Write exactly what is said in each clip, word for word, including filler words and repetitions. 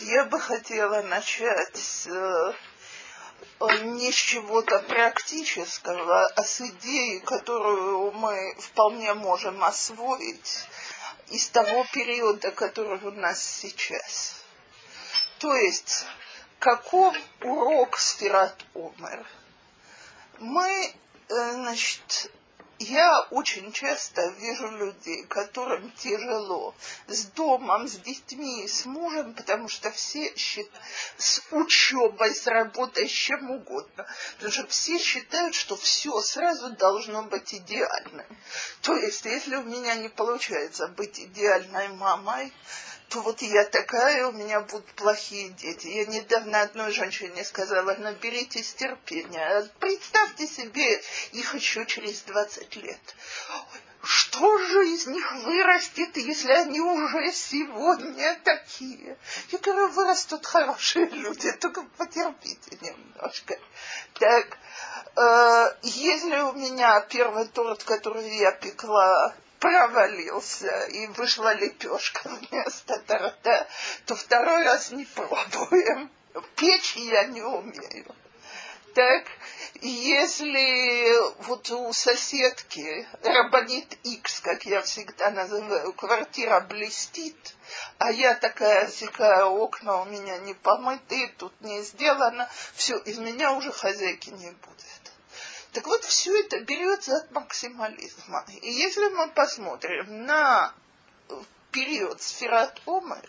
я бы хотела начать с, не с чего-то практического, а с идеей, которую мы вполне можем освоить из того периода, который у нас сейчас. То есть, каков урок Сфират Омер? Мы, значит, я очень часто вижу людей, которым тяжело с домом, с детьми, с мужем, потому что все считают, с учебой, с работой, с чем угодно. Потому что все считают, что все сразу должно быть идеальным. То есть, если у меня не получается быть идеальной мамой, то вот я такая, у меня будут плохие дети. Я недавно одной женщине сказала: наберитесь терпения, представьте себе их еще через двадцать лет. Что же из них вырастет, если они уже сегодня такие? Я говорю, вырастут хорошие люди, только потерпите немножко. Так, э, если у меня первый торт, который я пекла, провалился и вышла лепешка вместо торта, то второй раз не пробуем. Печь я не умею. Так, если вот у соседки рабанит Икс, как я всегда называю, квартира блестит, а я такая сякая, окна у меня не помыты, тут не сделано, все, из меня уже хозяйки не будет. Так вот, все это берется от максимализма. И если мы посмотрим на период Сфират Омер,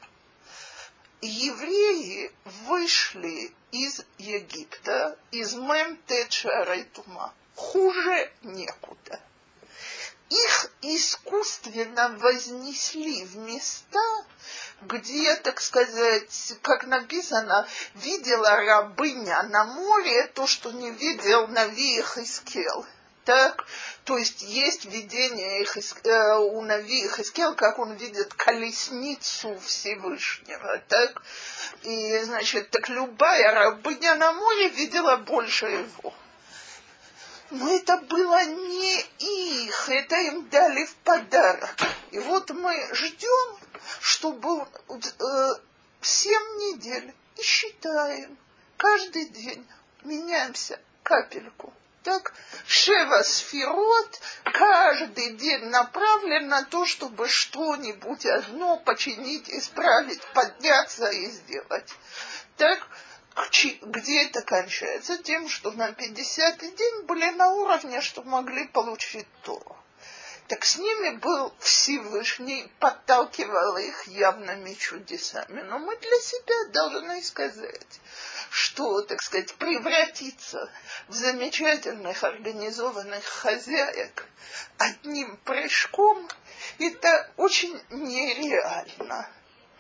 евреи вышли из Египта, из Мем-Тет Шаарей Тума. Хуже некуда. Их искусственно вознесли в места, где, так сказать, как написано, видела рабыня на море то, что не видел Нави Йехескел. Так, то есть есть видение э, у Нави Йехескел, как он видит колесницу Всевышнего. Так, и, значит, так любая рабыня на море видела больше его. Но это было не их, это им дали в подарок. И вот мы ждем, чтобы э, семь недель и считаем. Каждый день меняемся капельку. Так, Шева Сфирот каждый день направлен на то, чтобы что-нибудь одно починить, исправить, подняться и сделать. Так, где это кончается? Тем, что на пятидесятый день были на уровне, что могли получить Тору. Так с ними был Всевышний, подталкивал их явными чудесами. Но мы для себя должны сказать, что, так сказать, превратиться в замечательных организованных хозяек одним прыжком, это очень нереально.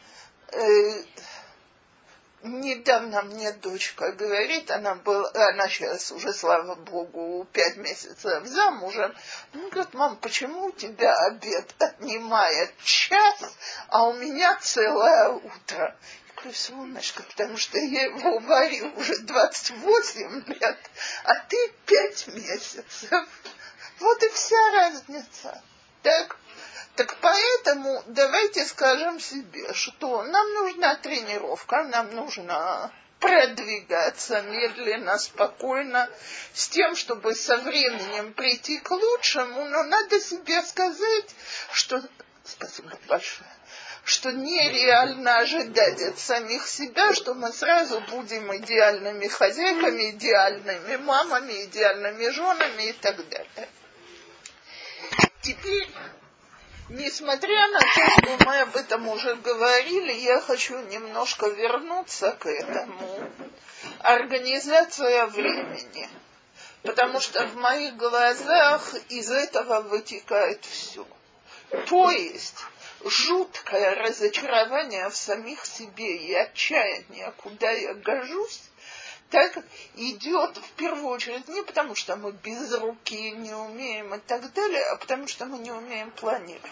Недавно мне дочка говорит, она была, она сейчас уже, слава богу, пять месяцев замужем. Она говорит: мам, почему у тебя обед отнимает час, а у меня целое утро? Я говорю: солнышко, потому что я его варю уже двадцать восемь лет, а ты пять месяцев. Вот и вся разница. Так? Так поэтому давайте скажем себе, что нам нужна тренировка, нам нужно продвигаться медленно, спокойно, с тем, чтобы со временем прийти к лучшему, но надо себе сказать, что, спасибо большое, что нереально ожидать от самих себя, что мы сразу будем идеальными хозяйками, идеальными мамами, идеальными женами и так далее. Теперь, несмотря на то, что мы об этом уже говорили, я хочу немножко вернуться к этому. Организация времени. Потому что в моих глазах из этого вытекает все. То есть жуткое разочарование в самих себе и отчаяние, куда я гожусь, так идет в первую очередь не потому, что мы без руки не умеем и так далее, а потому что мы не умеем планировать.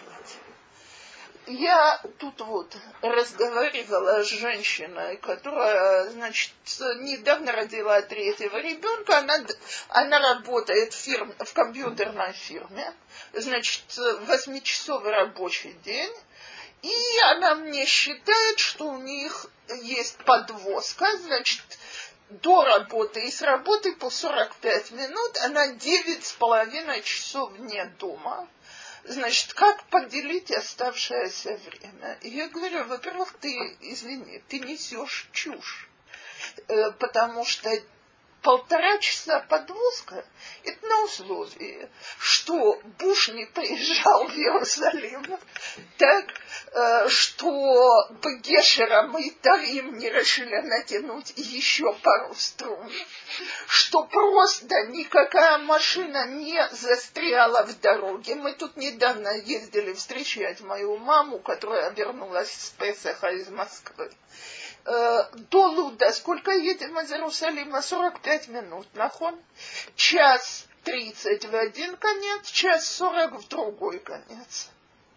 Я тут вот разговаривала с женщиной, которая, значит, недавно родила третьего ребенка. Она, она работает в, фирме, в компьютерной фирме, значит, восьмичасовой рабочий день. И она мне считает, что у них есть подвозка, значит, до работы и с работы по сорок пять минут, она девять с половиной часов вне дома. Значит, как поделить оставшееся время? И я говорю, во-первых, ты, извини, ты несешь чушь, э, потому что полтора часа подвозка – это на условии, что Буш не приезжал в Иерусалим, так, э, что Гешером и Тарим не решили натянуть еще пару струн, что просто никакая машина не застряла в дороге. Мы тут недавно ездили встречать мою маму, которая вернулась с Песаха из Москвы. До Луда, сколько едем из Иерусалима? сорок пять минут, нахон? Час тридцать в один конец, час сорок в другой конец.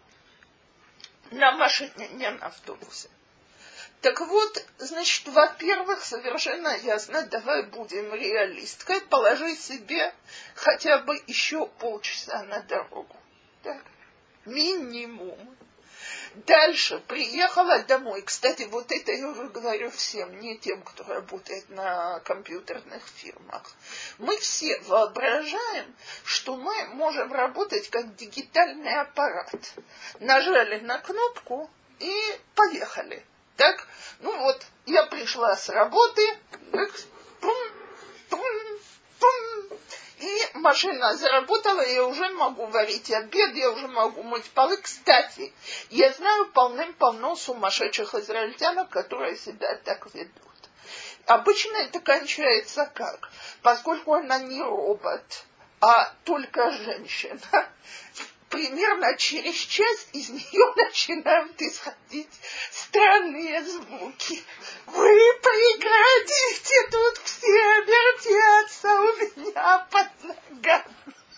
На машине, не на автобусе. Так вот, значит, во-первых, совершенно ясно, давай будем реалисткой, положи себе хотя бы еще полчаса на дорогу. Так? Минимум. Дальше приехала домой. Кстати, вот это я уже говорю всем, не тем, кто работает на компьютерных фирмах. Мы все воображаем, что мы можем работать как дигитальный аппарат. Нажали на кнопку и поехали. Так? Ну вот, я пришла с работы, так, пум, пум, пум, и машина заработала, я уже могу варить обед, я уже могу мыть полы. Кстати, я знаю полным-полно сумасшедших израильтянок, которые себя так ведут. Обычно это кончается как? Поскольку она не робот, а только женщина, примерно через час из нее начинают исходить странные звуки. Вы прекратите, тут все вертятся у меня под ногами.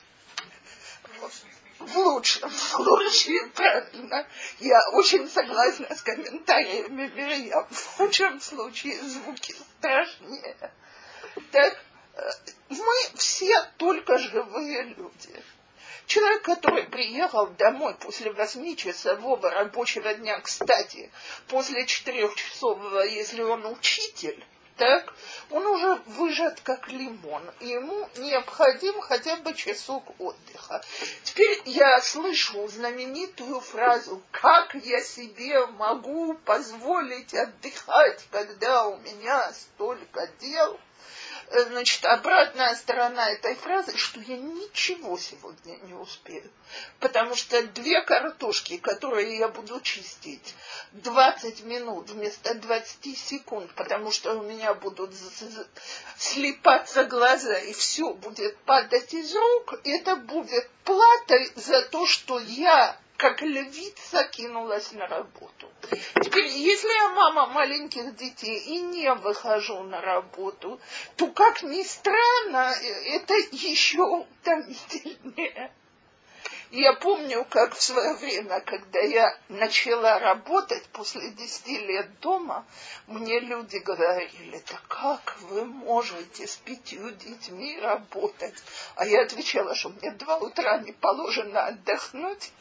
В лучшем случае, правильно, я очень согласна с комментариями Мирьям, в худшем случае звуки страшнее. Так, мы все только живые люди. Человек, который приехал домой после восьмичасового рабочего дня, кстати, после четырехчасового, если он учитель, так, он уже выжат как лимон, и ему необходим хотя бы часок отдыха. Теперь я слышу знаменитую фразу: «Как я себе могу позволить отдыхать, когда у меня столько дел?» Значит, обратная сторона этой фразы, что я ничего сегодня не успею. Потому что две картошки, которые я буду чистить, двадцать минут вместо двадцати секунд, потому что у меня будут слипаться глаза, и все будет падать из рук, это будет платой за то, что я, как львица, кинулась на работу. Теперь, если я мама маленьких детей и не выхожу на работу, то, как ни странно, это еще утомительнее. Я помню, как в свое время, когда я начала работать после десяти лет дома, мне люди говорили: «Да как вы можете с пятью детьми работать?» А я отвечала, что мне два утра не положено отдохнуть.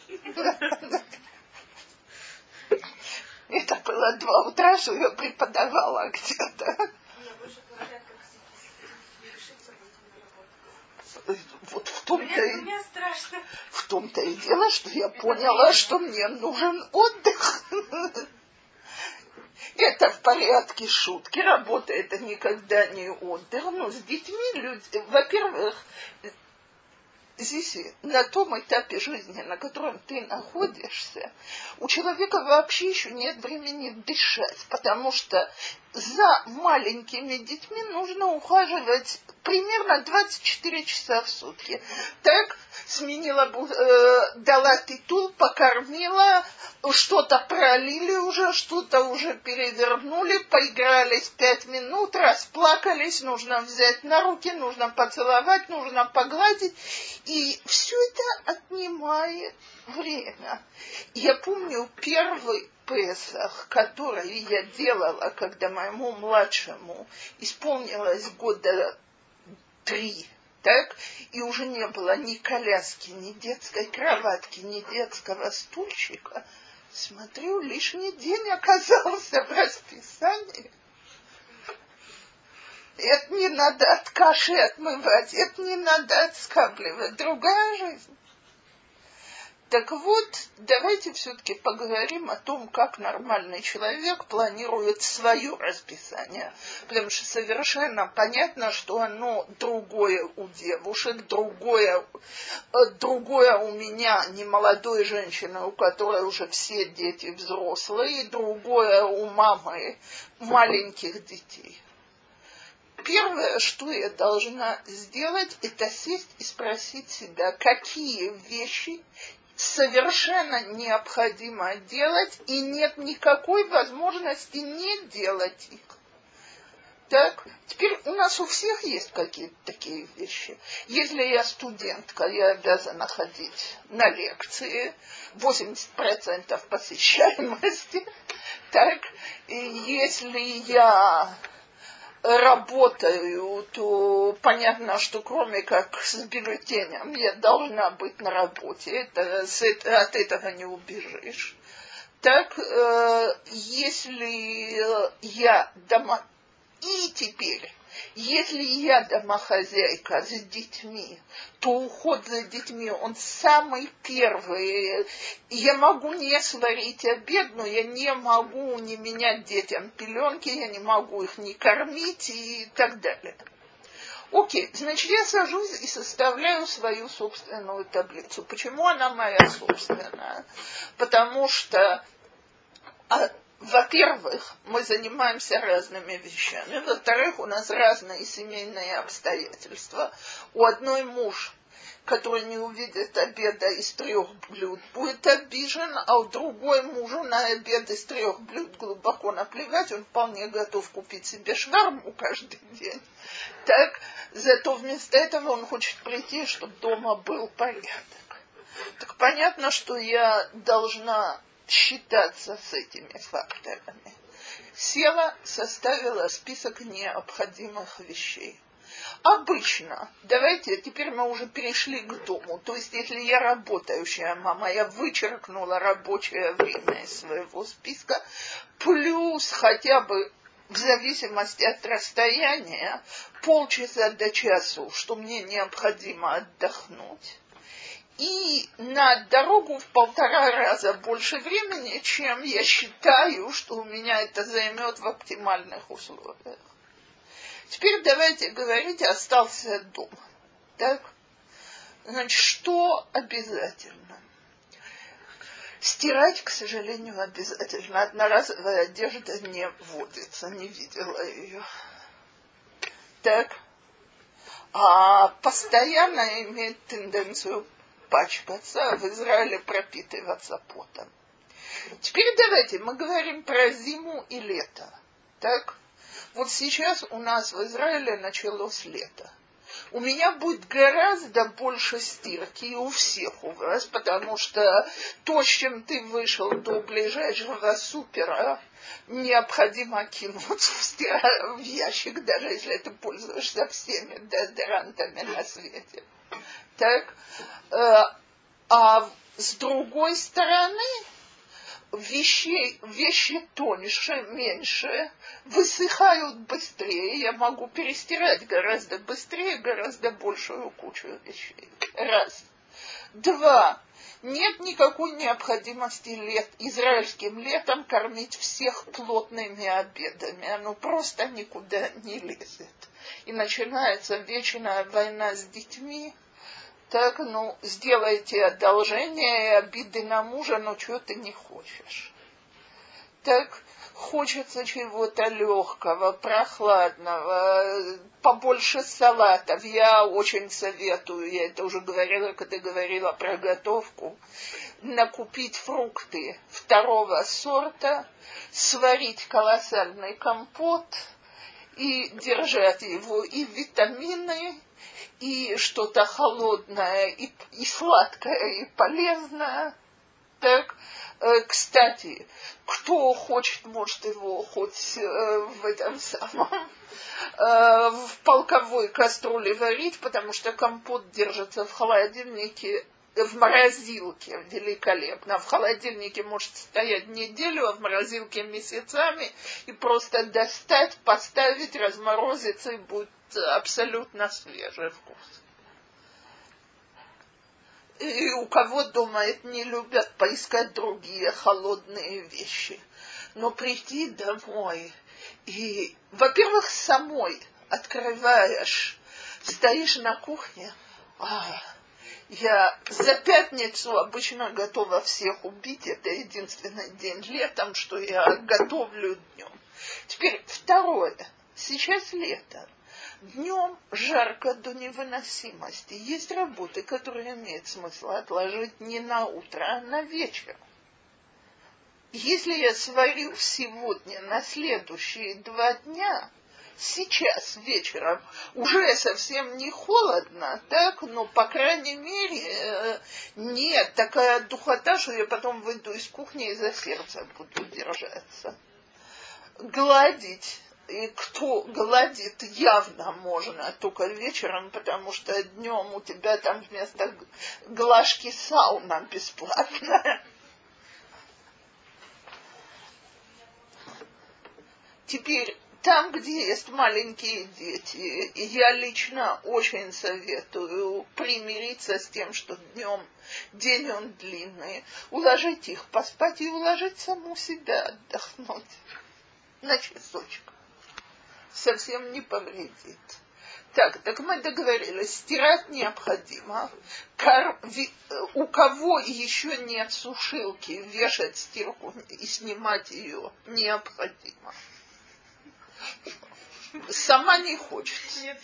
Это было два утра, что я преподавала где-то. Вот в том-то, и, в том-то и дело, что я поняла, что мне нужен отдых. Это в порядке шутки, работа это никогда не отдых, но с детьми люди, во-первых, здесь, на том этапе жизни, на котором ты находишься, у человека вообще еще нет времени дышать, потому что за маленькими детьми нужно ухаживать примерно двадцать четыре часа в сутки. Так, сменила, э, дала титул, покормила, что-то пролили уже, что-то уже перевернули, поигрались пять минут, расплакались, нужно взять на руки, нужно поцеловать, нужно погладить. И все это отнимает время. Я помню первый Песах, который я делала, когда моему младшему исполнилось года три, так, и уже не было ни коляски, ни детской кроватки, ни детского стульчика. Смотрю, лишний день оказался в расписании. Это не надо от каши отмывать, это не надо отскабливать. Другая жизнь. Так вот, давайте все-таки поговорим о том, как нормальный человек планирует свое расписание. Потому что совершенно понятно, что оно другое у девушек, другое, другое у меня, не молодой женщины, у которой уже все дети взрослые, другое у мамы маленьких детей. Первое, что я должна сделать, это сесть и спросить себя, какие вещи совершенно необходимо делать, и нет никакой возможности не делать их. Так, теперь у нас у всех есть какие-то такие вещи. Если я студентка, я обязана ходить на лекции, восемьдесят процентов посещаемости. Так, и если я работаю, то понятно, что кроме как с бюллетенем я должна быть на работе. Это, от этого не убежишь. Так, э, если я дома... И теперь, если я домохозяйка с детьми, то уход за детьми, он самый первый. Я могу не сварить обед, но я не могу не менять детям пеленки, я не могу их не кормить и так далее. Окей, значит, я сажусь и составляю свою собственную таблицу. Почему она моя собственная? Потому что... Во-первых, мы занимаемся разными вещами. Во-вторых, у нас разные семейные обстоятельства. У одной муж, который не увидит обеда из трех блюд, будет обижен, а у другой мужу на обед из трех блюд глубоко наплевать, он вполне готов купить себе шварму каждый день. Так, зато вместо этого он хочет прийти, чтобы дома был порядок. Так понятно, что я должна считаться с этими факторами. Села, составила список необходимых вещей. Обычно, давайте, теперь мы уже перешли к дому. То есть, если я работающая мама, я вычеркнула рабочее время из своего списка, плюс хотя бы в зависимости от расстояния полчаса до часу, что мне необходимо отдохнуть. И на дорогу в полтора раза больше времени, чем я считаю, что у меня это займет в оптимальных условиях. Теперь давайте говорить, остался дом. Так? Значит, что обязательно? Стирать, к сожалению, обязательно. Одноразовая одежда не вводится, не видела ее. Так? А постоянно имеет тенденцию пачкаться, в Израиле пропитываться потом. Теперь давайте, мы говорим про зиму и лето. Так? Вот сейчас у нас в Израиле началось лето. У меня будет гораздо больше стирки, и у всех у вас, потому что то, с чем ты вышел до ближайшего супера, необходимо кинуть в, стира... в ящик, даже если ты пользуешься всеми дезодорантами на свете. Так, а с другой стороны, вещи, вещи тоньше, меньше, высыхают быстрее. Я могу перестирать гораздо быстрее, гораздо большую кучу вещей. Раз. Два. Нет никакой необходимости лет, израильским летом кормить всех плотными обедами. Оно просто никуда не лезет. И начинается вечная война с детьми. Так, ну, сделайте одолжение и обиды на мужа, но чего ты не хочешь. Так, хочется чего-то легкого, прохладного, побольше салатов. Я очень советую, я это уже говорила, когда говорила про готовку, накупить фрукты второго сорта, сварить колоссальный компот и держать его, и витамины, и что-то холодное, и, и сладкое, и полезное. Так, э, кстати, кто хочет, может его хоть э, в этом самом, э, в полковой кастрюле варить, потому что компот держится в холодильнике в морозилке великолепно. В холодильнике может стоять неделю, а в морозилке месяцами. И просто достать, поставить, разморозиться, и будет абсолютно свежий вкус. И у кого дома это не любят, поискать другие холодные вещи. Но прийти домой и, во-первых, самой открываешь, стоишь на кухне. А, я за пятницу обычно готова всех убить. Это единственный день летом, что я готовлю днем. Теперь второе. Сейчас лето. Днем жарко до невыносимости. Есть работы, которые имеет смысл отложить не на утро, а на вечер. Если я сварю сегодня на следующие два дня, сейчас вечером уже совсем не холодно, так, но, по крайней мере, нет такая духота, что я потом выйду из кухни и за сердце буду держаться. Гладить. И кто гладит, явно можно только вечером, потому что днем у тебя там вместо глажки сауна бесплатная. Теперь, там, где есть маленькие дети, я лично очень советую примириться с тем, что днем день он длинный, уложить их поспать и уложить саму себя отдохнуть на часочек. Совсем не повредит. Так, так мы договорились, стирать необходимо. Кор... У кого еще нет сушилки, вешать стирку и снимать ее необходимо. Сама не хочет. Нет,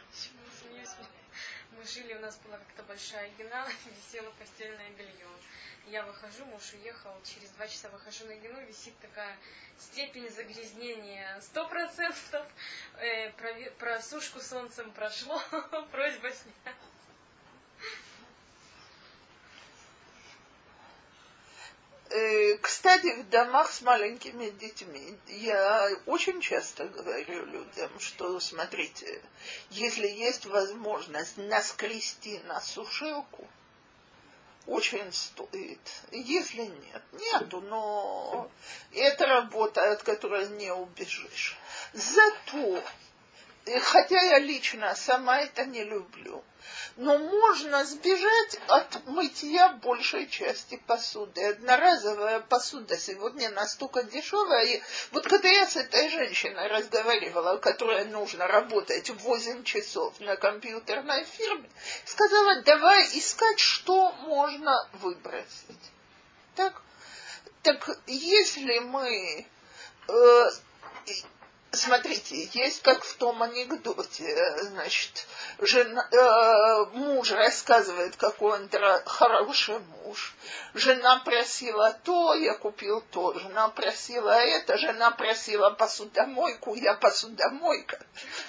мы жили, у нас была как-то большая гена, висело постельное белье. Я выхожу, муж уехал, через два часа выхожу на гену, висит такая степень загрязнения сто процентов, э, про, просушку солнцем прошло, просьба снять. Кстати, в домах с маленькими детьми я очень часто говорю людям, что, смотрите, если есть возможность наскрести на сушилку, очень стоит. Если нет, нету, но это работа, от которой не убежишь. Зато, хотя я лично сама это не люблю, но можно сбежать от мытья большей части посуды. Одноразовая посуда сегодня настолько дешевая. И вот когда я с этой женщиной разговаривала, которой нужно работать восемь часов на компьютерной фирме, сказала, давай искать, что можно выбросить. Так, так если мы... Э, Смотрите, есть как в том анекдоте, значит, жена, э, муж рассказывает, какой он хороший муж. Жена просила то, я купил то. Жена просила это, жена просила посудомойку, я посудомойка.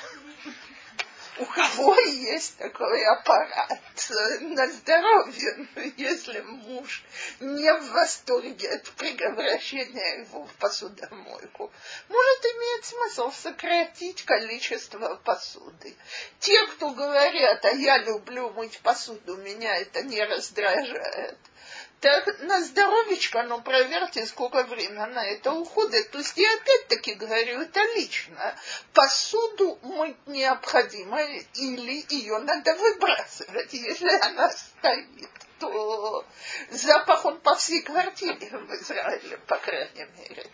У кого есть такой аппарат на здоровье, но если муж не в восторге от превращения его в посудомойку, может иметь смысл сократить количество посуды. Те, кто говорят, а я люблю мыть посуду, меня это не раздражает, так на здоровечко, но проверьте, сколько времени на это уходит. То есть я опять-таки говорю, это лично. Посуду мыть необходимо или ее надо выбрасывать. Если она стоит, то запах он по всей квартире в Израиле, по крайней мере.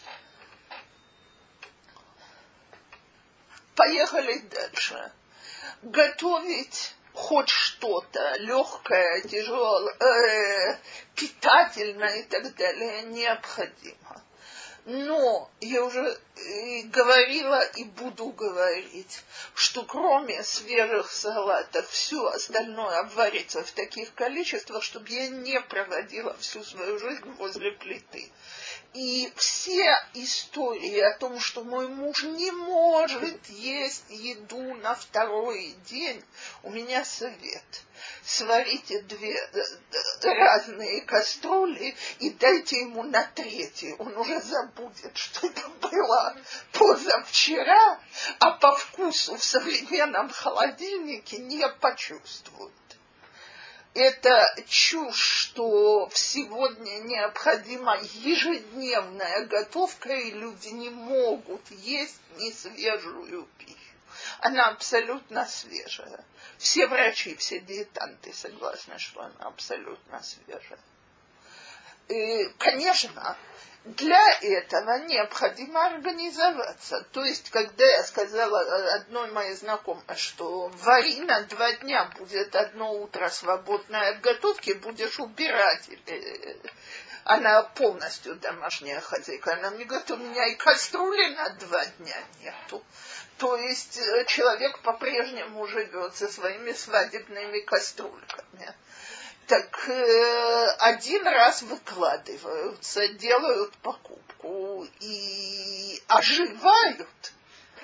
Поехали дальше. Готовить хоть что-то легкое, тяжелое, э, питательное и так далее необходимо. Но я уже и говорила и буду говорить, что кроме свежих салатов все остальное обварится в таких количествах, чтобы я не проводила всю свою жизнь возле плиты. И все истории о том, что мой муж не может есть еду на второй день, у меня совет. Сварите две разные кастрюли и дайте ему на третий. Он уже забудет, что это было позавчера, а по вкусу в современном холодильнике не почувствует. это чушь, что сегодня необходима ежедневная готовка, и люди не могут есть несвежую пищу. Она абсолютно свежая. Все врачи, все диетанты согласны, что она абсолютно свежая. И, конечно, для этого необходимо организоваться. То есть, когда я сказала одной моей знакомой, что вари на два дня, будет одно утро свободное от готовки, будешь убирать. Она полностью домашняя хозяйка. Она мне говорит, у меня и кастрюли на два дня нету. То есть человек по-прежнему живет со своими свадебными кастрюльками. Так э, один раз выкладываются, делают покупку и оживают.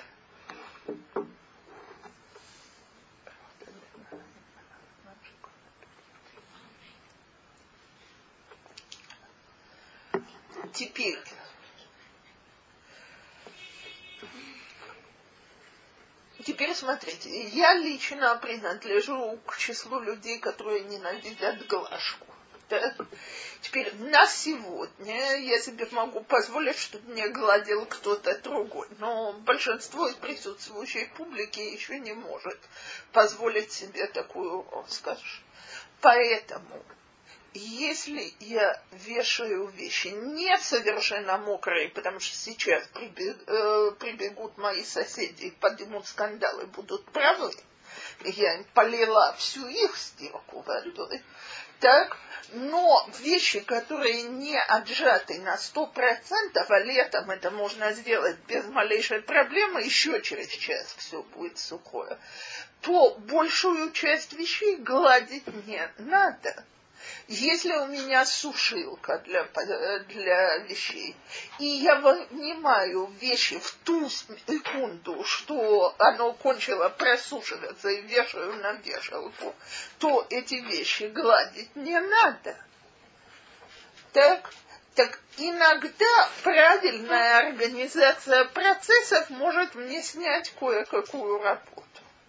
Теперь Теперь смотрите, я лично принадлежу к числу людей, которые ненавидят глажку. Да? Теперь на сегодня я себе могу позволить, чтобы мне гладил кто-то другой. Но большинство из присутствующей публики еще не может позволить себе такую роскошь. Поэтому, если я вешаю вещи не совершенно мокрые, потому что сейчас прибег, э, прибегут мои соседи, поднимут скандалы, будут правы, я полила всю их стирку водой, так, но вещи, которые не отжаты на сто процентов, а летом это можно сделать без малейшей проблемы, еще через час все будет сухое, то большую часть вещей гладить не надо. Если у меня сушилка для, для вещей, и я вынимаю вещи в ту секунду, что оно кончило просушиваться и вешаю на вешалку, то эти вещи гладить не надо. Так, так иногда правильная организация процессов может мне снять кое-какую работу.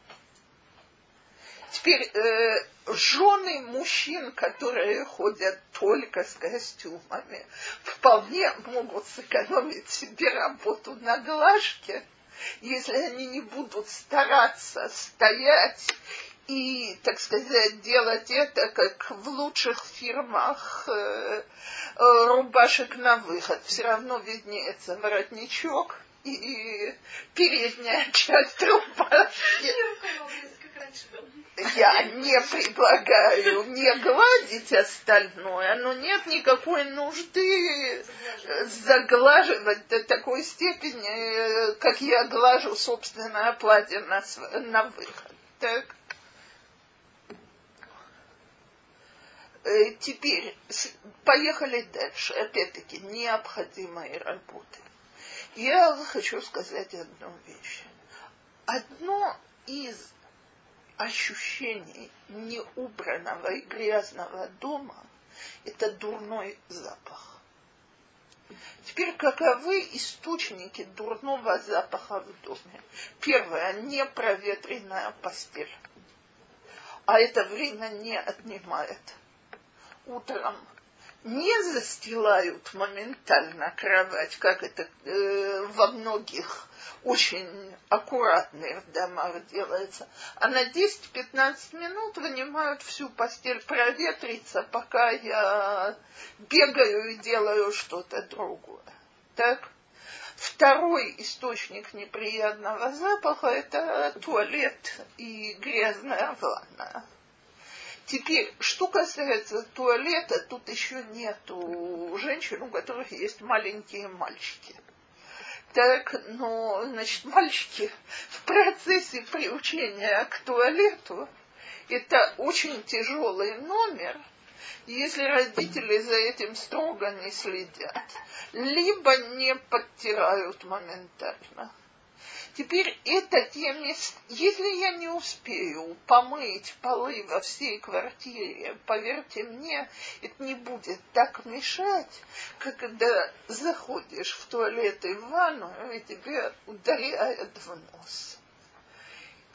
Теперь э, жены мужчин, которые ходят только с костюмами, вполне могут сэкономить себе работу на глажке, если они не будут стараться стоять и, так сказать, делать это, как в лучших фирмах э, э, рубашек на выход. Все равно виднеется воротничок и, и передняя часть рубашки. Я не предлагаю не гладить остальное, но нет никакой нужды заглаживать до такой степени, как я глажу собственное платье на, на выход. Так. Теперь поехали дальше. Опять-таки, необходимые работы. Я хочу сказать одну вещь. Одно из ощущений неубранного и грязного дома – это дурной запах. Теперь, каковы источники дурного запаха в доме? Первое – непроветренная постель. А это время не отнимает. Утром не застилают моментально кровать, как это э, во многих очень аккуратных домах делается, а на десять-пятнадцать минут вынимают всю постель проветриться, пока я бегаю и делаю что-то другое. Так? Второй источник неприятного запаха – это туалет и грязная ванна. Теперь, что касается туалета, тут еще нету женщин, у которых есть маленькие мальчики. Так, но, значит, мальчики в процессе приучения к туалету – это очень тяжелый номер, если родители за этим строго не следят, либо не подтирают моментально. Теперь это те места, если я не успею помыть полы во всей квартире, поверьте мне, это не будет так мешать, как когда заходишь в туалет и в ванну, и тебе ударяет в нос.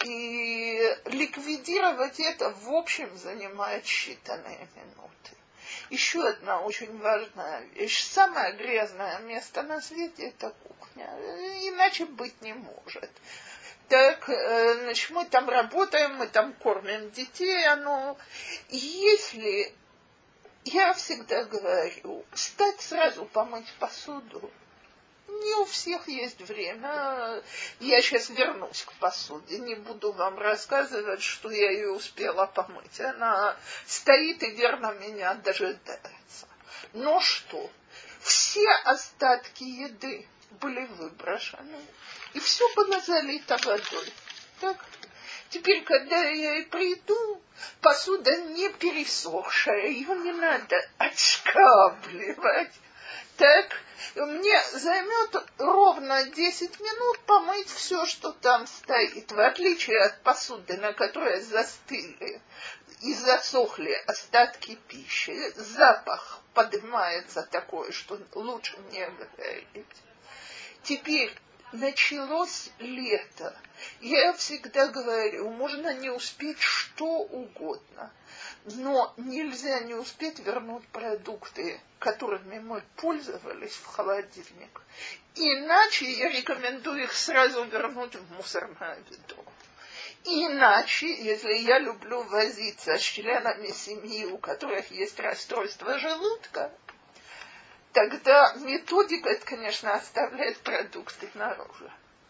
И ликвидировать это, в общем, занимает считанные минуты. Еще одна очень важная вещь. Самое грязное место на свете – это кухня. Иначе быть не может. Так, значит, мы там работаем, мы там кормим детей. Оно... Если, я всегда говорю, встать сразу помыть посуду, не у всех есть время. Я сейчас вернусь к посуде. Не буду вам рассказывать, что я ее успела помыть. Она стоит и верно меня дожидается. Но что? Все остатки еды были выброшены. И все было залито водой. Так? Теперь, когда я и приду, посуда не пересохшая. Ее не надо отшкабливать. Так, мне займет ровно десять минут помыть все, что там стоит. В отличие от посуды, на которой застыли и засохли остатки пищи, запах поднимается такой, что лучше не говорить. Теперь началось лето. Я всегда говорю, можно не успеть что угодно. Но нельзя не успеть вернуть продукты, которыми мы пользовались, в холодильник. Иначе я рекомендую их сразу вернуть в мусорное ведро. Иначе, если я люблю возиться с членами семьи, у которых есть расстройство желудка, тогда методика, это, конечно, оставляет продукты снаружи.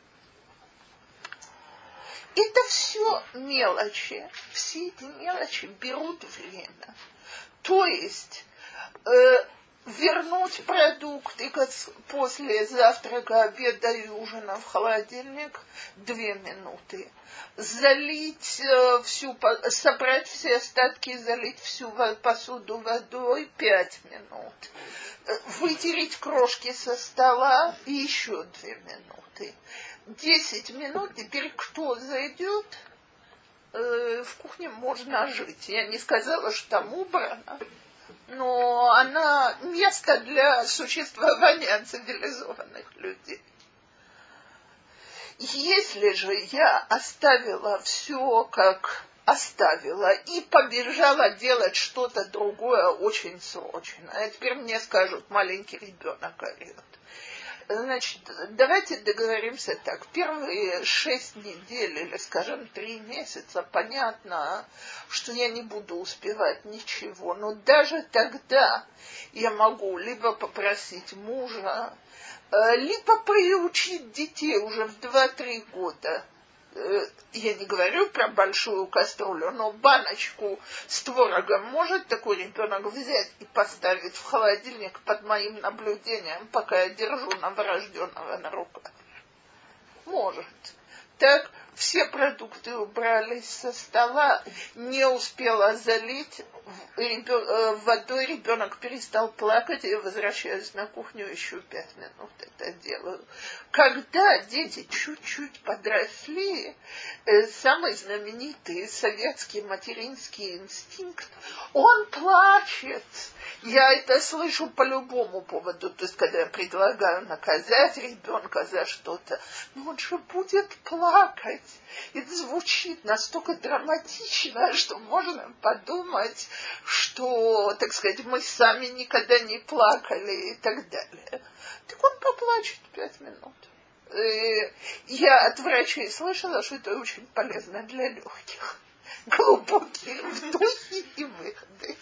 Это все мелочи. Все эти мелочи берут время. То есть э, вернуть продукты после завтрака, обеда и ужина в холодильник две минуты. Залить э, всю, собрать все остатки, залить всю посуду водой пять минут. Вытереть крошки со стола и еще две минуты. Десять минут, теперь кто зайдет, э, в кухне можно жить. Я не сказала, что там убрано, но она место для существования цивилизованных людей. Если же я оставила все, как оставила, и побежала делать что-то другое очень срочно, а теперь мне скажут, маленький ребенок орет. Значит, давайте договоримся так. Первые шесть недель или, скажем, три месяца, понятно, что я не буду успевать ничего. Но даже тогда я могу либо попросить мужа, либо приучить детей уже в два-три года. Я не говорю про большую кастрюлю, но баночку с творогом может такой ребенок взять и поставить в холодильник под моим наблюдением, пока я держу новорожденного на руках? Может. Так, все продукты убрались со стола, не успела залить водой, ребенок перестал плакать, и я возвращаюсь на кухню, еще пять минут это делаю. Когда дети чуть-чуть подросли, самый знаменитый советский материнский инстинкт, он плачет. Я это слышу по любому поводу, то есть, когда я предлагаю наказать ребенка за что-то, но он же будет плакать. Это звучит настолько драматично, что можно подумать, что, так сказать, мы сами никогда не плакали и так далее. Так он поплачет пять минут. Я от врачей слышала, что это очень полезно для легких. Глубокие вдохи и выходы.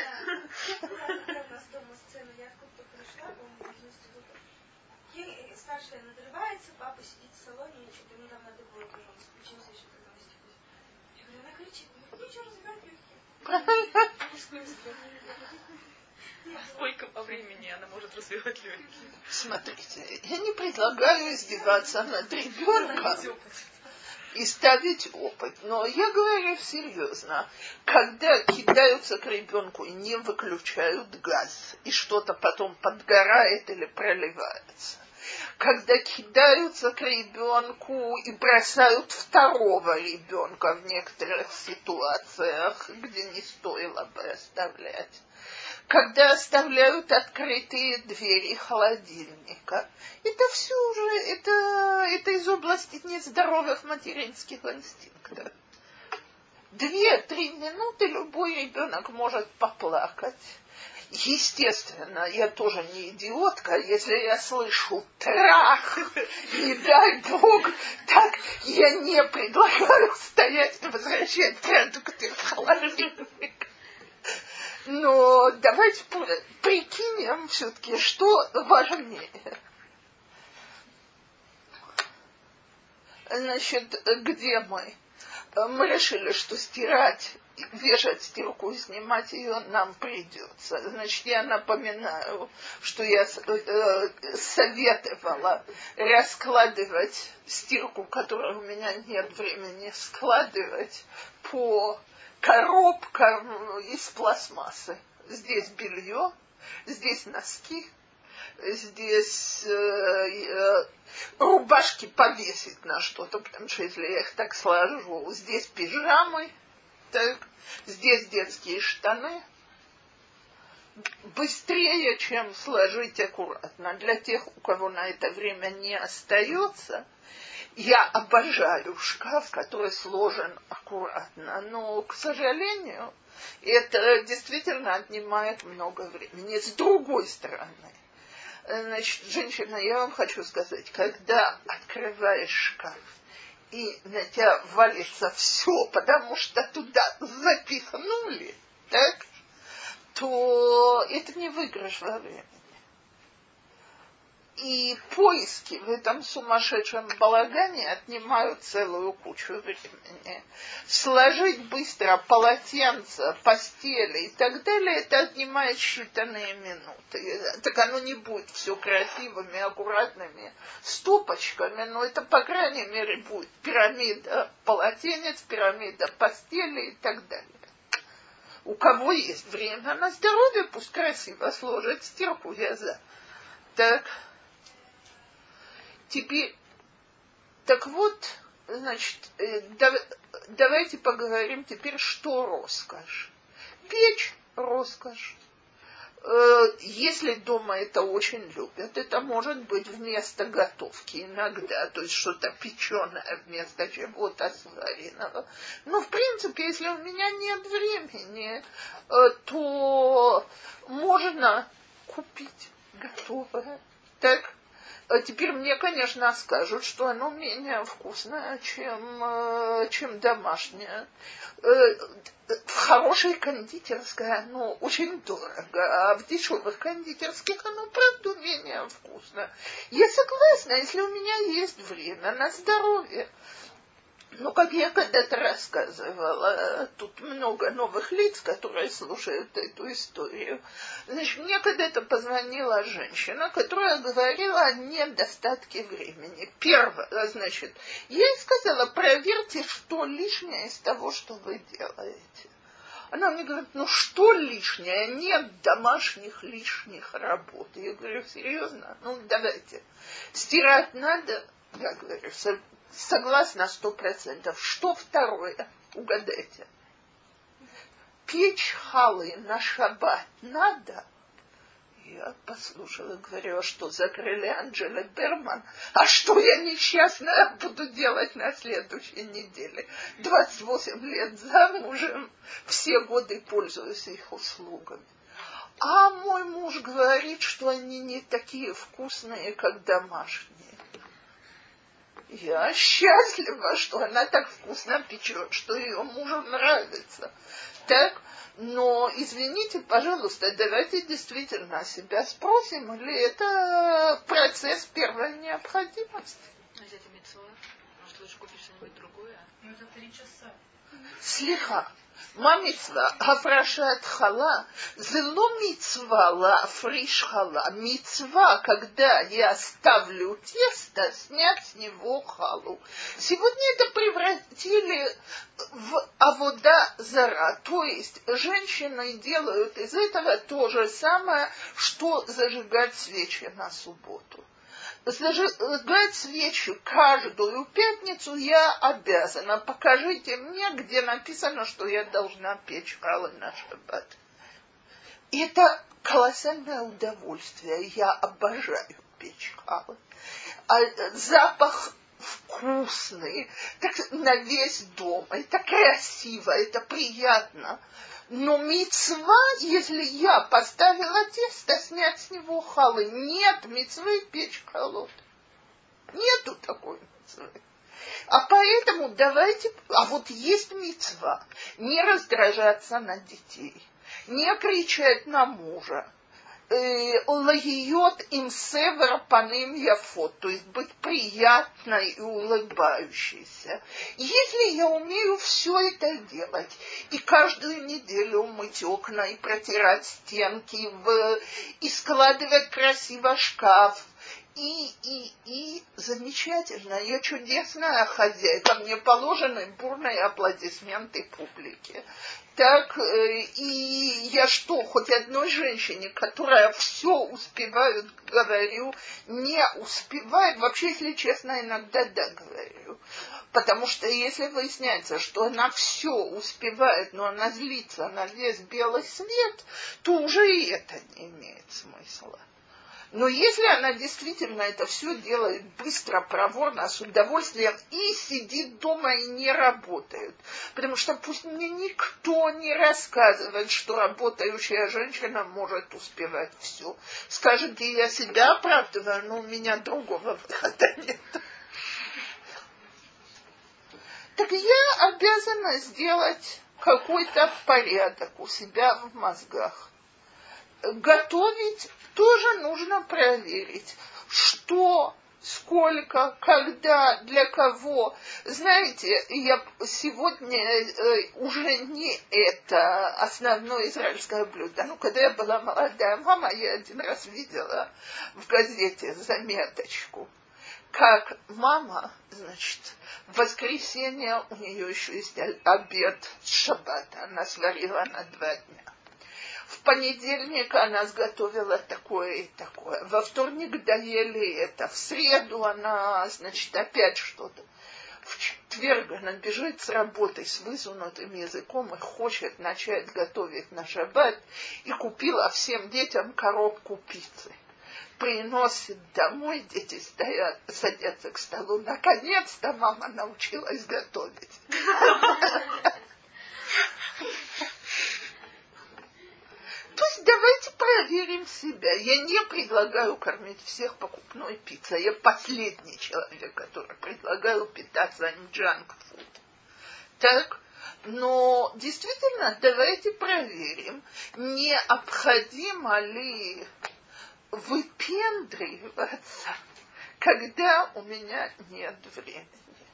Старшая надрывается, папа сидит в салоне, и что-то ему там надо было учиться еще тогда в институте. Я говорю, она кричит, ну ничего, развивать легкие. Сколько по времени она может развивать легкие? Смотрите, я не предлагаю издеваться над ребенком и ставить опыт. Но я говорю серьезно. Когда кидаются к ребенку и не выключают газ, и что-то потом подгорает или проливается, когда кидаются к ребенку и бросают второго ребенка в некоторых ситуациях, где не стоило бы оставлять, когда оставляют открытые двери холодильника, это все уже, это, это из области нездоровых материнских инстинктов. правда. Две-три минуты любой ребенок может поплакать. Естественно, я тоже не идиотка, если я слышу трах, не дай бог, так я не предлагаю стоять и возвращать продукты в холодильник. Но давайте прикинем все-таки, что важнее. Значит, где мы? Мы решили, что стирать, вешать стирку и снимать ее нам придется. Значит, я напоминаю, что я э, советовала раскладывать стирку, которой у меня нет времени складывать, по коробкам из пластмассы. Здесь белье, здесь носки, здесь э, э, рубашки повесить на что-то, потому что если я их так сложу, здесь пижамы, так, здесь детские штаны. Быстрее, чем сложить аккуратно. Для тех, у кого на это время не остается, я обожаю шкаф, который сложен аккуратно, но, к сожалению, это действительно отнимает много времени. С другой стороны, значит, женщина, я вам хочу сказать, когда открываешь шкаф, и на тебя валится все, потому что туда запихнули, так, то это не выигрыш во времени. И поиски в этом сумасшедшем балагане отнимают целую кучу времени. Сложить быстро полотенца, постели и так далее, это отнимает считанные минуты. Так оно не будет все красивыми, аккуратными стопочками, но это, по крайней мере, будет пирамида полотенец, пирамида постели и так далее. У кого есть время на здоровье, пусть красиво сложит стирку, я за. Так. Теперь, так вот, значит, давайте поговорим теперь, что роскошь. Печь – роскошь. Если дома это очень любят, это может быть вместо готовки иногда, то есть что-то печеное вместо чего-то сваренного. Но, в принципе, если у меня нет времени, то можно купить готовое. Так? Теперь мне, конечно, скажут, что оно менее вкусное, чем, чем домашнее. В хорошей кондитерской оно очень дорого, а в дешевых кондитерских оно, правда, менее вкусно. Я согласна, если у меня есть время на здоровье. Ну, как я когда-то рассказывала, тут много новых лиц, которые слушают эту историю. Значит, мне когда-то позвонила женщина, которая говорила о недостатке времени. Первое, значит, я ей сказала, проверьте, что лишнее из того, что вы делаете. Она мне говорит, ну что лишнее? Нет домашних лишних работ. Я говорю, серьезно? Ну, давайте. Стирать надо? Я говорю, согласна сто процентов. Что второе? Угадайте. Печь халы на шаббат надо? Я послушала, говорю, а что, закрыли Анджела Берман? А что я несчастная буду делать на следующей неделе? двадцать восемь лет замужем, все годы пользуюсь их услугами. А мой муж говорит, что они не такие вкусные, как домашние. Я счастлива, что она так вкусно печет, что ее мужу нравится. Так, но, извините, пожалуйста, давайте действительно себя спросим, или это процесс первой необходимости. А взять митцва? Может, лучше купить что-нибудь другое? Ну, это три часа. Слиха. מה מצווה? הפרשת חלה זה לא מצווה להפריש חלה, מצווה, когда я ставлю тесто, снять с него халу. Сегодня это превратили в авода зара, то есть женщины делают из этого то же самое, что зажигать свечи на субботу. Зажигать свечи каждую пятницу я обязана. Покажите мне, где написано, что я должна печь халы на шаббат. Это колоссальное удовольствие. Я обожаю печь халы. А запах вкусный, так на весь дом. Это красиво, это приятно. Но мицва, если я поставила тесто, снять с него халы. Нет мицвы печь холод. Нету такой мицвы. А поэтому давайте... А вот есть мицва. Не раздражаться на детей. Не кричать на мужа. Лагиот им север паним яфот, то есть быть приятной и улыбающейся. Если я умею все это делать, и каждую неделю мыть окна, и протирать стенки, в, и складывать красиво шкаф, и, и, и замечательно, я чудесная хозяйка, мне положены бурные аплодисменты публики. Так, и я что, хоть одной женщине, которая все успевает, говорю, не успевает, вообще, если честно, иногда да говорю. Потому что если выясняется, что она все успевает, но она злится на весь белый свет, то уже и это не имеет смысла. Но если она действительно это все делает быстро, проворно, с удовольствием и сидит дома и не работает, потому что пусть мне никто не рассказывает, что работающая женщина может успевать все. Скажете, я себя оправдываю, но у меня другого выхода нет. Так я обязана сделать какой-то порядок у себя в мозгах. Готовить тоже нужно проверить, что, сколько, когда, для кого. Знаете, я сегодня э, уже не это основное израильское блюдо. Ну, когда я была молодая мама, я один раз видела в газете заметочку, как мама, значит, в воскресенье у нее еще есть обед с шаббата, она сварила на два дня. В понедельник она сготовила такое и такое. Во вторник доели это. В среду она, значит, опять что-то. В четверг она бежит с работы с высунутым языком и хочет начать готовить на шаббат. И купила всем детям коробку пиццы. Приносит домой, дети стоят, садятся к столу. Наконец-то мама научилась готовить. То есть давайте проверим себя. Я не предлагаю кормить всех покупной пиццей. Я последний человек, который предлагаю питаться, а не джанк-фуд. Так, но действительно давайте проверим, необходимо ли выпендриваться, когда у меня нет времени.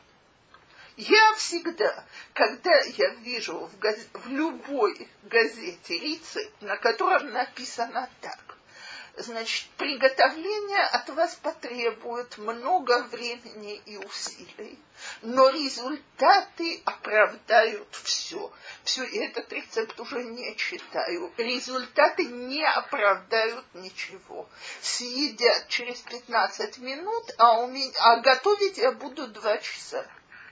Я всегда, когда я вижу в, газ... в любой газете рецепт, на котором написано так, значит, приготовление от вас потребует много времени и усилий, но результаты оправдают все. Все, и этот рецепт уже не читаю. Результаты не оправдают ничего. Съедят через пятнадцать минут, а, у меня... а готовить я буду два часа.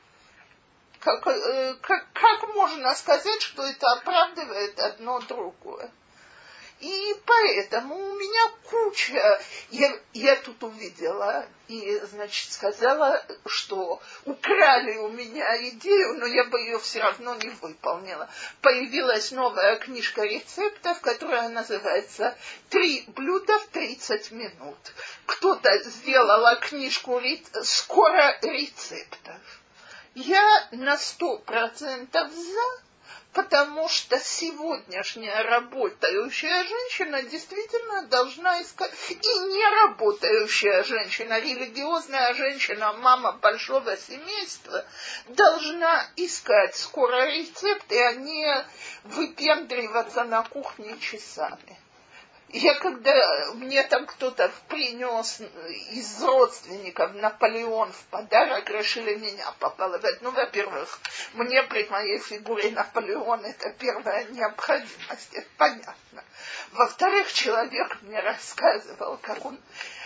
Как, э, как, как можно сказать, что это оправдывает одно другое? И поэтому у меня куча... Я, я тут увидела и, значит, сказала, что украли у меня идею, но я бы ее все равно не выполнила. Появилась новая книжка рецептов, которая называется «Три блюда в тридцать минут». Кто-то сделала книжку «Скоро рецептов». Я на сто процентов за, потому что сегодняшняя работающая женщина действительно должна искать, и не работающая женщина, религиозная женщина, мама большого семейства, должна искать скоро рецепты, а не выпендриваться на кухне часами. Я когда мне там кто-то принес из родственников Наполеон в подарок, решили меня побаловать. Ну, во-первых, мне при моей фигуре Наполеон это первая необходимость, это понятно. Во-вторых, человек мне рассказывал, как он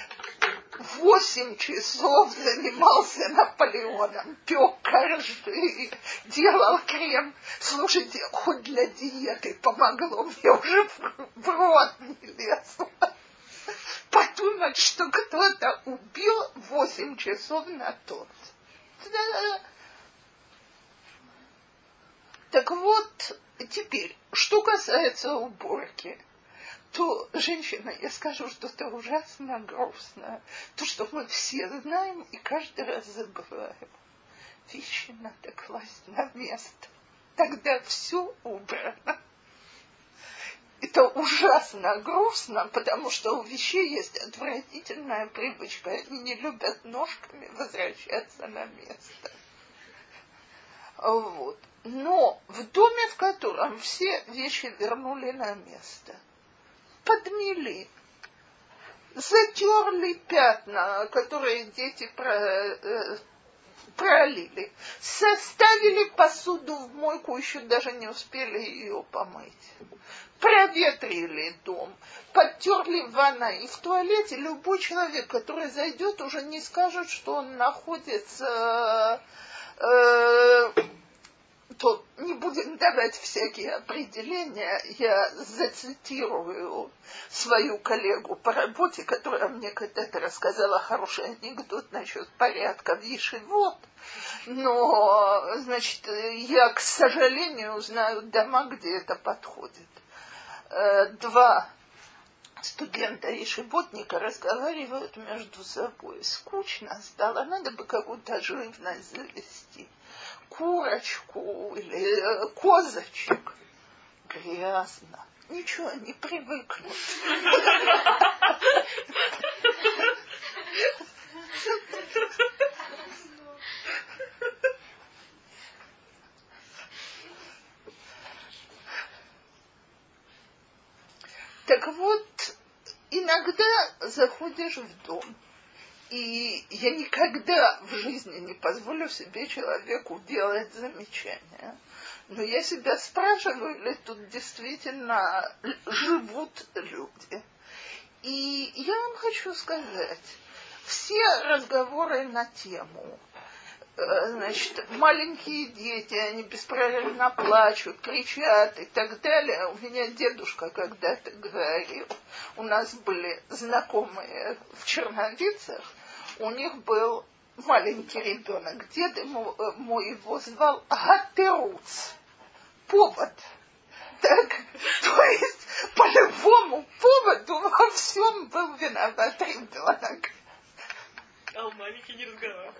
восемь часов занимался Наполеоном, пек коржи, делал крем. Слушайте, хоть для диеты помогло, мне уже в рот не лезло. Подумать, что кто-то убил восемь часов на торт. Так вот, теперь, что касается уборки, то, женщина, я скажу что-то ужасно грустное. То, что мы все знаем и каждый раз забываем. Вещи надо класть на место. Тогда все убрано. Это ужасно грустно, потому что у вещей есть отвратительная привычка. Они не любят ножками возвращаться на место. Вот. Но в доме, в котором все вещи вернули на место, подмели, затерли пятна, которые дети про, э, пролили, составили посуду в мойку, еще даже не успели ее помыть, проветрили дом, подтерли в ванной и в туалете. Любой человек, который зайдет, уже не скажет, что он находится... Э, то не будем давать всякие определения. Я зацитирую свою коллегу по работе, которая мне когда-то рассказала хороший анекдот насчет порядка в ешивот. Но, значит, я, к сожалению, знаю дома, где это подходит. Два студента-ешеботника разговаривают между собой. Скучно стало, надо бы какую-то живность завести. Курочку или козочек. Грязно. Ничего, не привыкнут. Так вот, иногда заходишь в дом, и я никогда в жизни не позволю себе человеку делать замечания. Но я себя спрашиваю, ли тут действительно живут люди. И я вам хочу сказать, все разговоры на тему, значит, маленькие дети, они беспрерывно плачут, кричат и так далее. У меня дедушка когда-то говорил, у нас были знакомые в Черновицах, у них был маленький ребенок, дед ему, мой его звал Гатеруц, повод. Так, то есть по любому поводу во всем был виноват ребенок. А у маленький не разговаривает.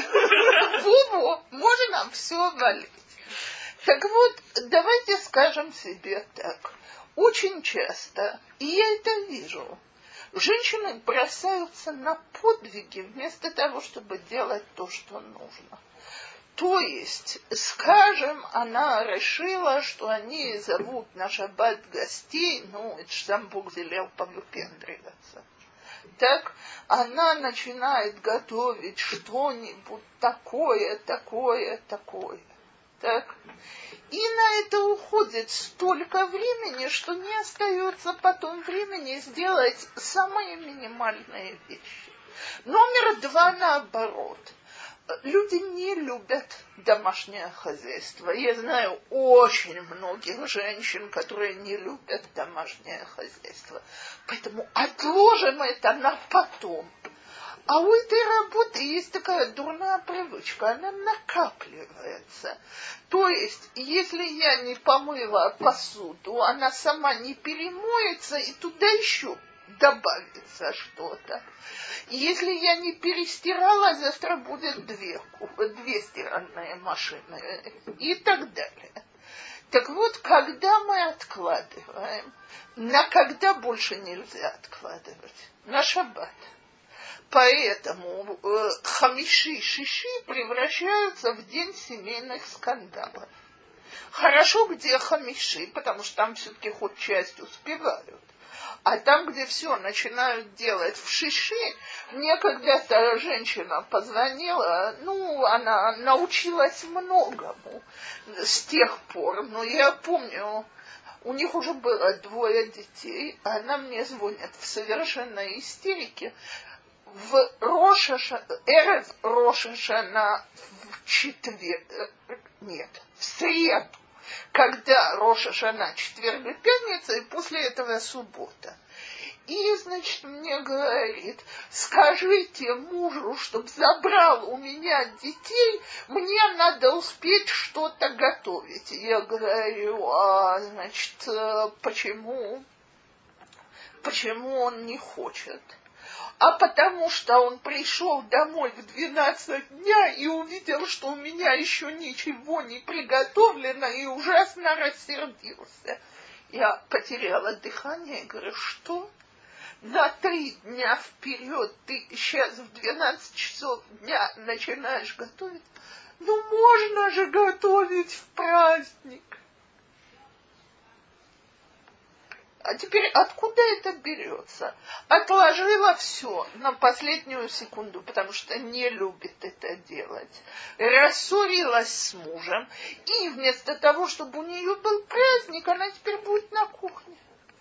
Вову можно все валить. Так вот, давайте скажем себе так. Очень часто, и я это вижу, женщины бросаются на подвиги вместо того, чтобы делать то, что нужно. То есть, скажем, она решила, что они зовут на шаббат гостей, ну, это ж сам Бог велел повыпендриваться. Так она начинает готовить что-нибудь такое, такое, такое. Так. И на это уходит столько времени, что не остается потом времени сделать самые минимальные вещи. Номер два наоборот. Люди не любят домашнее хозяйство. Я знаю очень многих женщин, которые не любят домашнее хозяйство. Поэтому отложим это на потом. А у этой работы есть такая дурная привычка, она накапливается. То есть, если я не помыла посуду, она сама не перемоется, и туда еще добавится что-то. Если я не перестирала, завтра будет две, две стиральные машины и так далее. Так вот, когда мы откладываем, на когда больше нельзя откладывать? На шаббат. Поэтому э, хамиши, шиши превращаются в день семейных скандалов. Хорошо, где хамиши, потому что там все-таки хоть часть успевают. А там, где все начинают делать в шиши, мне когда-то женщина позвонила, ну, она научилась многому с тех пор, но я помню, у них уже было двое детей, она мне звонит в совершенной истерике, в Роша, эрев Роша Шана в четверг, нет, в среду, когда Роша Шана четверг и пятница, и после этого суббота. И, значит, мне говорит, скажите мужу, чтоб забрал у меня детей, мне надо успеть что-то готовить. Я говорю, а, значит, почему, почему он не хочет? А потому что он пришел домой в двенадцать дня и увидел, что у меня еще ничего не приготовлено, и ужасно рассердился. Я потеряла дыхание и говорю, что? На три дня вперед ты сейчас в двенадцать часов дня начинаешь готовить? Ну, можно же готовить в праздник. А теперь откуда это берется? Отложила все на последнюю секунду, потому что не любит это делать. Рассорилась с мужем, и вместо того, чтобы у нее был праздник, она теперь будет на кухне.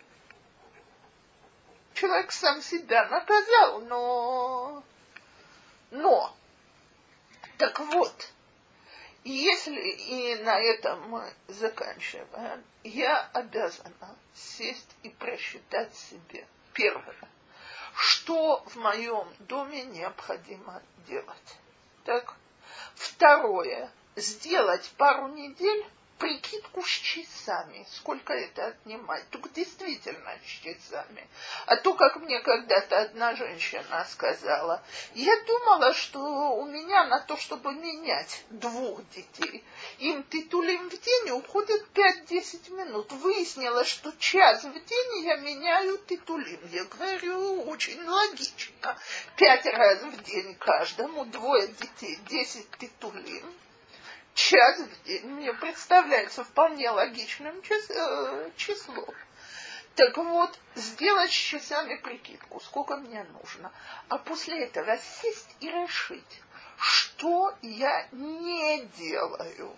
Человек сам себя наказал, но... Но, так вот, если и на этом мы заканчиваем, я обязана сесть и просчитать себе, первое, что в моем доме необходимо делать. Так? Второе, сделать пару недель прикидку с часами, сколько это отнимает. Только действительно с часами. А то, как мне когда-то одна женщина сказала, я думала, что у меня на то, чтобы менять двух детей, им титулим в день уходит пять-десять минут. Выяснилось, что час в день я меняю титулим. Я говорю, очень логично. Пять раз в день каждому, двое детей, десять титулим. Час в день мне представляется вполне логичным числом. Так вот, сделать с часами прикидку, сколько мне нужно. А после этого сесть и решить, что я не делаю.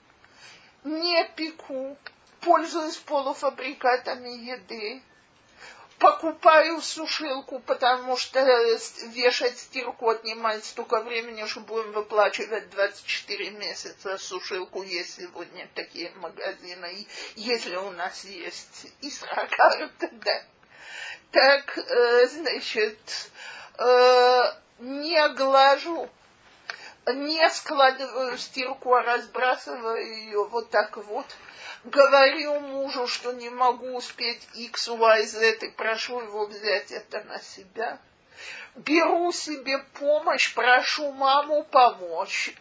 Не пеку, пользуюсь полуфабрикатами еды, покупаю сушилку, потому что вешать стирку отнимает столько времени, что будем выплачивать двадцать четыре месяца сушилку, есть сегодня такие магазины, и если у нас есть Исракар, тогда. Так, э, значит, э, не глажу, не складываю стирку, а разбрасываю ее вот так вот. Говорю мужу, что не могу успеть X, Y, Z, и прошу его взять это на себя. Беру себе помощь, прошу маму помочь.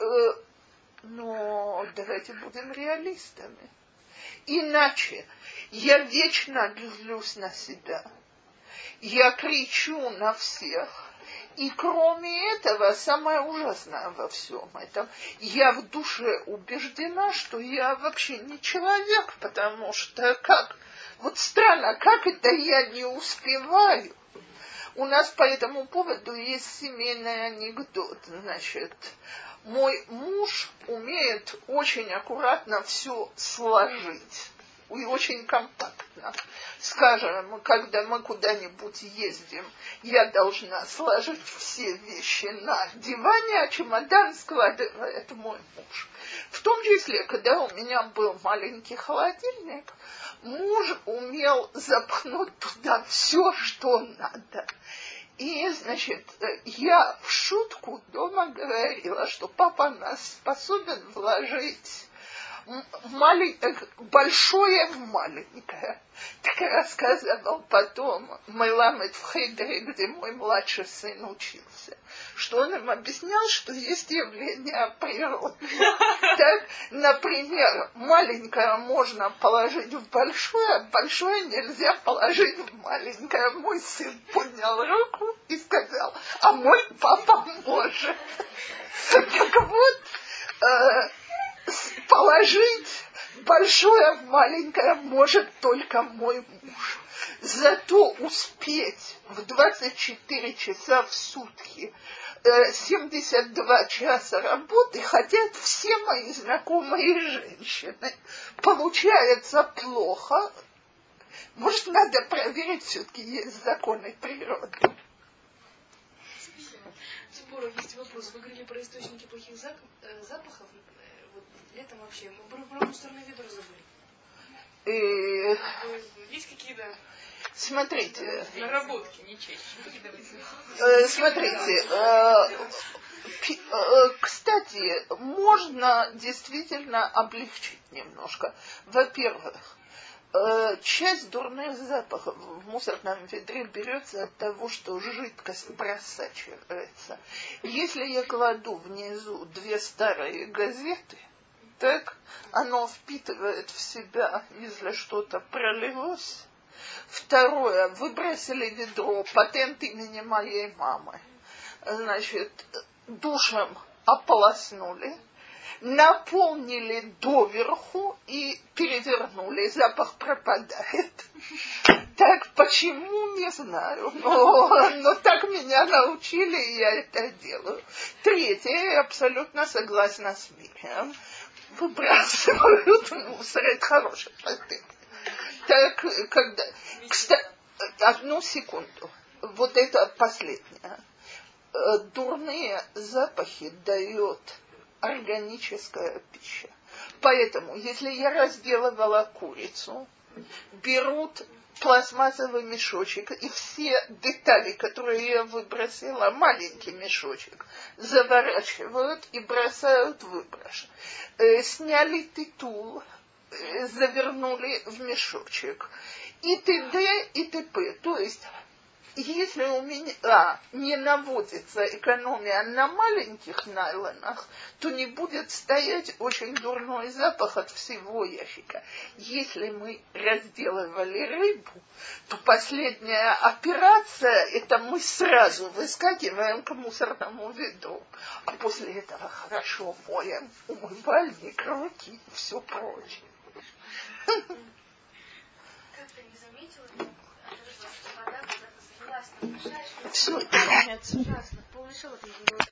Но давайте будем реалистами. Иначе я вечно злюсь на себя. Я кричу на всех. И кроме этого, самое ужасное во всем этом, я в душе убеждена, что я вообще не человек, потому что как, вот странно, как это я не успеваю. У нас по этому поводу есть семейный анекдот, значит, мой муж умеет очень аккуратно все сложить. И очень компактно. Скажем, когда мы куда-нибудь ездим, я должна сложить все вещи на диване, а чемодан складывает мой муж. В том числе, когда у меня был маленький холодильник, муж умел запхнуть туда все, что надо. И, значит, я в шутку дома говорила, что папа нас способен вложить Маленькое, большое в маленькое. Так рассказывал потом Майламет в Хейдере, где мой младший сын учился, что он им объяснял, что есть явление природы. Так, например, маленькое можно положить в большое, а большое нельзя положить в маленькое. Мой сын поднял руку и сказал, а мой папа может. Так вот, положить большое в маленькое может только мой муж. Зато успеть в двадцать четыре часа в сутки, семьдесят два часа работы хотят все мои знакомые женщины. Получается плохо. Может, надо проверить, все-таки есть законы природы. Спасибо. Спору, есть вопрос. Вы говорили про источники плохих запахов. Летом вообще. Мы про, про мусорное ведро забыли. И... Есть какие-то... Смотрите. Наработки, не чаще. Э, смотрите. Э, пи, э, кстати, можно действительно облегчить немножко. Во-первых, э, часть дурных запахов в мусорном ведре берется от того, что жидкость просачивается. Если я кладу внизу две старые газеты, так оно впитывает в себя, если что-то пролилось. Второе, выбросили ведро, патент имени моей мамы. Значит, душем ополоснули, наполнили доверху и перевернули. Запах пропадает. Так почему, не знаю, но, но так меня научили, и я это делаю. Третье, я абсолютно согласна с Мирием. Выбрасывают мусор, это хороший патент. Так, когда... Кстати, одну секунду. Вот это последнее. Дурные запахи дает органическая пища. Поэтому, если я разделывала курицу, берут пластмассовый мешочек, и все детали, которые я выбросила, маленький мешочек, заворачивают и бросают в выброс. Э, сняли титул, э, завернули в мешочек. И т.д. и т.п. То есть, если у меня а, не наводится экономия на маленьких найлонах, то не будет стоять очень дурной запах от всего ящика. Если мы разделывали рыбу, то последняя операция, это мы сразу выскакиваем к мусорному ведру. А после этого хорошо моем умывальник, руки и все прочее. Как-то не заметила, что вода, когда ты залилась, там, Все, ужасно. Помнишь, вот